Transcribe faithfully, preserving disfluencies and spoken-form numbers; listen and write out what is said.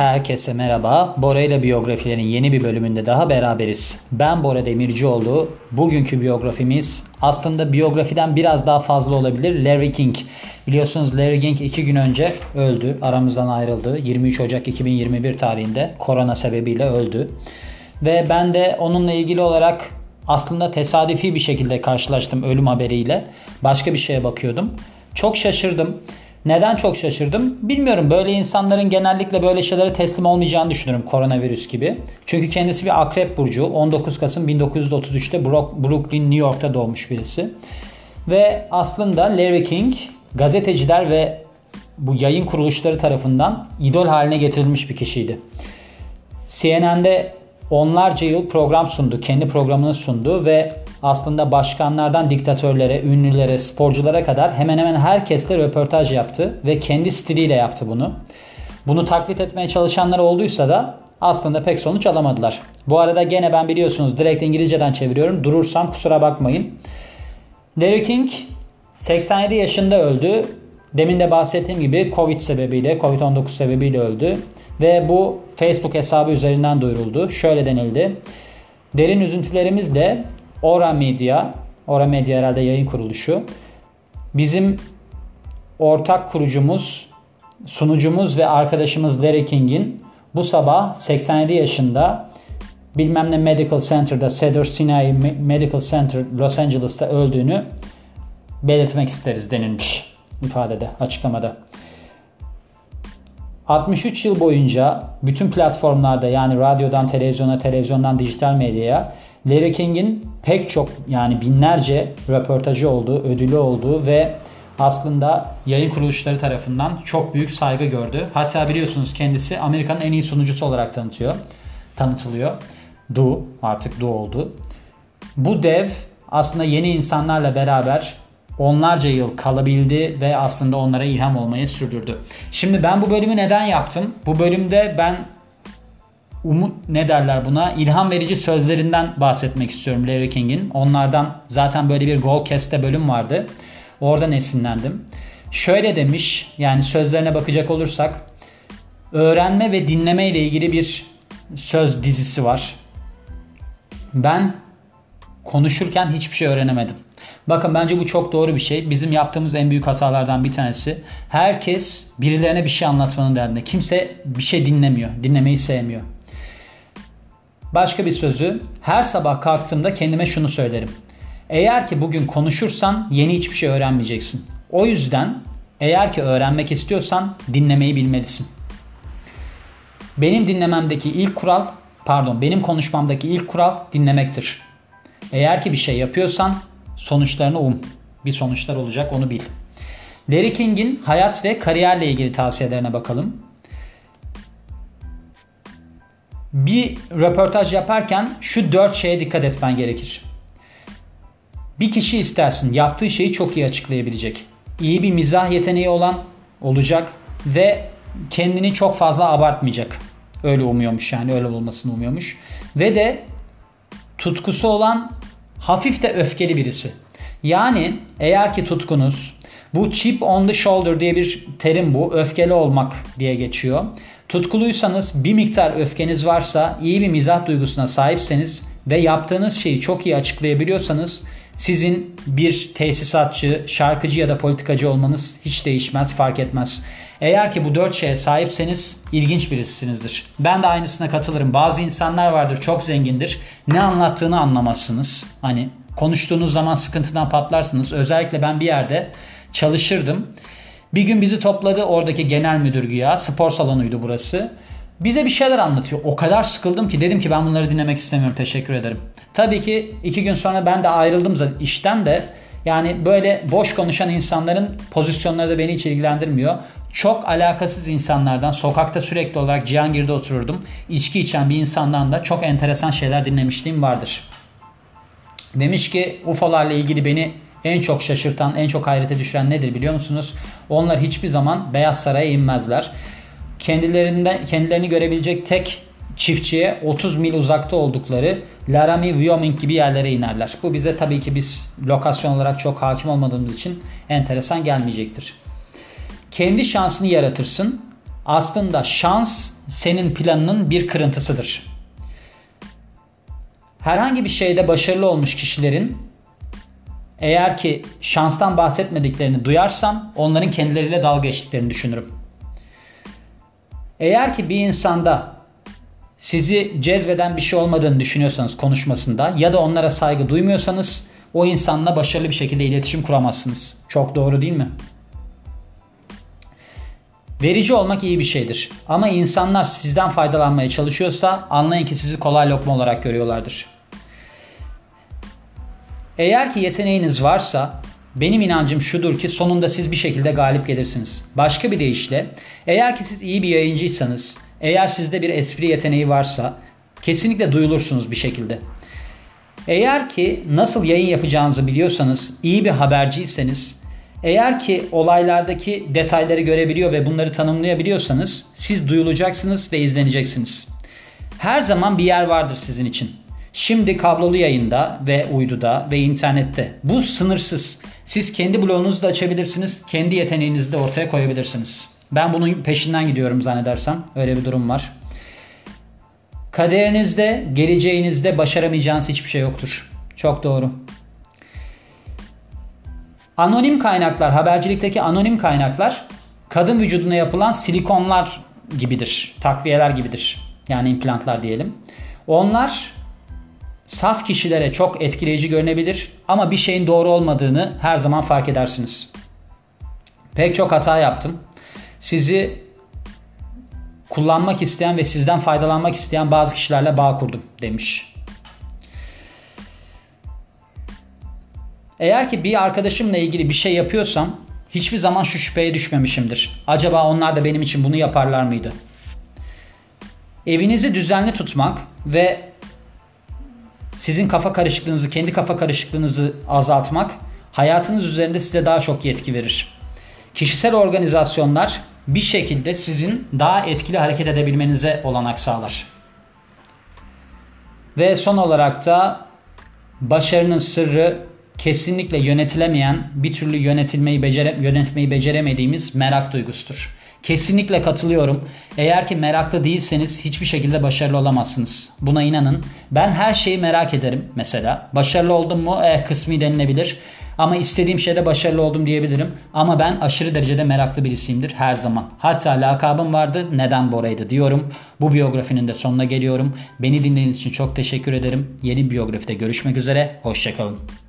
Herkese merhaba. Bora ile biyografilerin yeni bir bölümünde daha beraberiz. Ben Bora Demircioğlu. Bugünkü biyografimiz aslında biyografiden biraz daha fazla olabilir. Larry King. Biliyorsunuz Larry King iki gün önce öldü. Aramızdan ayrıldı. yirmi üç Ocak iki bin yirmi bir tarihinde korona sebebiyle öldü. Ve ben de onunla ilgili olarak aslında tesadüfi bir şekilde karşılaştım ölüm haberiyle. Başka bir şeye bakıyordum. Çok şaşırdım. Neden çok şaşırdım? Bilmiyorum. Böyle insanların genellikle böyle şeylere teslim olmayacağını düşünüyorum. Koronavirüs gibi. Çünkü kendisi bir akrep burcu. on dokuz Kasım bin dokuz yüz otuz üçte Brooklyn, New York'ta doğmuş birisi. Ve aslında Larry King gazeteciler ve bu yayın kuruluşları tarafından idol haline getirilmiş bir kişiydi. C N N'de onlarca yıl program sundu. Kendi programını sundu ve aslında başkanlardan diktatörlere, ünlülere, sporculara kadar hemen hemen herkesle röportaj yaptı ve kendi stiliyle yaptı bunu. Bunu taklit etmeye çalışanlar olduysa da aslında pek sonuç alamadılar. Bu arada gene ben biliyorsunuz direkt İngilizceden çeviriyorum. Durursam kusura bakmayın. Larry King seksen yedi yaşında öldü. Demin de bahsettiğim gibi Covid sebebiyle, Covid on dokuz sebebiyle öldü. Ve bu Facebook hesabı üzerinden duyuruldu. Şöyle denildi. Derin üzüntülerimizle Ora Media, Ora Media herhalde yayın kuruluşu, bizim ortak kurucumuz, sunucumuz ve arkadaşımız Larry King'in bu sabah seksen yedi yaşında bilmem ne Medical Center'da, Cedar Sinai Medical Center Los Angeles'ta öldüğünü belirtmek isteriz denilmiş ifadede, açıklamada. altmış üç yıl boyunca bütün platformlarda, yani radyodan televizyona, televizyondan dijital medyaya Larry King'in pek çok, yani binlerce röportajı olduğu, ödülü olduğu ve aslında yayın kuruluşları tarafından çok büyük saygı gördü. Hatta biliyorsunuz kendisi Amerika'nın en iyi sunucusu olarak tanıtıyor, tanıtılıyor. Du, artık Du oldu. Bu dev aslında yeni insanlarla beraber onlarca yıl kalabildi ve aslında onlara ilham olmayı sürdürdü. Şimdi ben bu bölümü neden yaptım? Bu bölümde ben umut ne derler buna? İlham verici sözlerinden bahsetmek istiyorum Larry King'in. Onlardan zaten böyle bir Goalcast'te bölüm vardı. Oradan esinlendim. Şöyle demiş, yani sözlerine bakacak olursak, öğrenme ve dinleme ile ilgili bir söz dizisi var. Ben konuşurken hiçbir şey öğrenemedim. Bakın bence bu çok doğru bir şey. Bizim yaptığımız en büyük hatalardan bir tanesi. Herkes birilerine bir şey anlatmanın derdinde. Kimse bir şey dinlemiyor. Dinlemeyi sevmiyor. Başka bir sözü, her sabah kalktığımda kendime şunu söylerim. Eğer ki bugün konuşursan yeni hiçbir şey öğrenmeyeceksin. O yüzden eğer ki öğrenmek istiyorsan dinlemeyi bilmelisin. Benim dinlememdeki ilk kural, pardon benim konuşmamdaki ilk kural dinlemektir. Eğer ki bir şey yapıyorsan sonuçlarını um. Bir sonuçlar olacak, onu bil. Larry King'in hayat ve kariyerle ilgili tavsiyelerine bakalım. Bir röportaj yaparken şu dört şeye dikkat etmen gerekir. Bir kişi istersin, yaptığı şeyi çok iyi açıklayabilecek. İyi bir mizah yeteneği olan olacak ve kendini çok fazla abartmayacak. Öyle umuyormuş, yani öyle olmasını umuyormuş. Ve de tutkusu olan, hafif de öfkeli birisi. Yani eğer ki tutkunuz, bu chip on the shoulder diye bir terim bu. Öfkeli olmak diye geçiyor. Tutkuluysanız, bir miktar öfkeniz varsa, iyi bir mizah duygusuna sahipseniz ve yaptığınız şeyi çok iyi açıklayabiliyorsanız sizin bir tesisatçı, şarkıcı ya da politikacı olmanız hiç değişmez, fark etmez. Eğer ki bu dört şeye sahipseniz ilginç birisisinizdir. Ben de aynısına katılırım. Bazı insanlar vardır, çok zengindir. Ne anlattığını anlamazsınız. Hani konuştuğunuz zaman sıkıntıdan patlarsınız. Özellikle ben bir yerde çalışırdım. Bir gün bizi topladı oradaki genel müdür güya. Spor salonuydu burası. Bize bir şeyler anlatıyor. O kadar sıkıldım ki dedim ki ben bunları dinlemek istemiyorum, teşekkür ederim. Tabii ki iki gün sonra ben de ayrıldım işten de. Yani böyle boş konuşan insanların pozisyonları da beni hiç ilgilendirmiyor. Çok alakasız insanlardan, sokakta sürekli olarak Cihangir'de otururdum. İçki içen bir insandan da çok enteresan şeyler dinlemişliğim vardır. Demiş ki U F O'larla ilgili beni en çok şaşırtan, en çok hayrete düşüren nedir biliyor musunuz? Onlar hiçbir zaman Beyaz Saray'a inmezler. Kendilerinden, kendilerini görebilecek tek çiftçiye otuz mil uzakta oldukları Laramie, Wyoming gibi yerlere inerler. Bu bize tabii ki biz lokasyon olarak çok hakim olmadığımız için enteresan gelmeyecektir. Kendi şansını yaratırsın. Aslında şans senin planının bir kırıntısıdır. Herhangi bir şeyde başarılı olmuş kişilerin eğer ki şanstan bahsetmediklerini duyarsam onların kendileriyle dalga geçtiklerini düşünürüm. Eğer ki bir insanda sizi cezbeden bir şey olmadığını düşünüyorsanız konuşmasında ya da onlara saygı duymuyorsanız o insanla başarılı bir şekilde iletişim kuramazsınız. Çok doğru değil mi? Verici olmak iyi bir şeydir. Ama insanlar sizden faydalanmaya çalışıyorsa anlayın ki sizi kolay lokma olarak görüyorlardır. Eğer ki yeteneğiniz varsa benim inancım şudur ki sonunda siz bir şekilde galip gelirsiniz. Başka bir deyişle eğer ki siz iyi bir yayıncıysanız, eğer sizde bir espri yeteneği varsa kesinlikle duyulursunuz bir şekilde. Eğer ki nasıl yayın yapacağınızı biliyorsanız, iyi bir haberciyseniz, eğer ki olaylardaki detayları görebiliyor ve bunları tanımlayabiliyorsanız siz duyulacaksınız ve izleneceksiniz. Her zaman bir yer vardır sizin için. Şimdi kablolu yayında ve uyduda ve internette. Bu sınırsız. Siz kendi blogunuzu da açabilirsiniz. Kendi yeteneğinizi de ortaya koyabilirsiniz. Ben bunun peşinden gidiyorum zannedersem. Öyle bir durum var. Kaderinizde, geleceğinizde başaramayacağınız hiçbir şey yoktur. Çok doğru. Anonim kaynaklar, habercilikteki anonim kaynaklar kadın vücuduna yapılan silikonlar gibidir. Takviyeler gibidir. Yani implantlar diyelim. Onlar saf kişilere çok etkileyici görünebilir ama bir şeyin doğru olmadığını her zaman fark edersiniz. Pek çok hata yaptım. Sizi kullanmak isteyen ve sizden faydalanmak isteyen bazı kişilerle bağ kurdum demiş. Eğer ki bir arkadaşımla ilgili bir şey yapıyorsam hiçbir zaman şu şüpheye düşmemişimdir. Acaba onlar da benim için bunu yaparlar mıydı? Evinizi düzenli tutmak ve sizin kafa karışıklığınızı, kendi kafa karışıklığınızı azaltmak hayatınız üzerinde size daha çok yetki verir. Kişisel organizasyonlar bir şekilde sizin daha etkili hareket edebilmenize olanak sağlar. Ve son olarak da başarının sırrı kesinlikle yönetilemeyen, bir türlü yönetilmeyi becere, yönetmeyi beceremediğimiz merak duygusudur. Kesinlikle katılıyorum. Eğer ki meraklı değilseniz hiçbir şekilde başarılı olamazsınız. Buna inanın. Ben her şeyi merak ederim mesela. Başarılı oldum mu? Eh, kısmi denilebilir. Ama istediğim şeyde başarılı oldum diyebilirim. Ama ben aşırı derecede meraklı birisiyimdir her zaman. Hatta lakabım vardı. Neden Bora'ydı diyorum. Bu biyografinin de sonuna geliyorum. Beni dinlediğiniz için çok teşekkür ederim. Yeni biyografide görüşmek üzere. Hoşça kalın.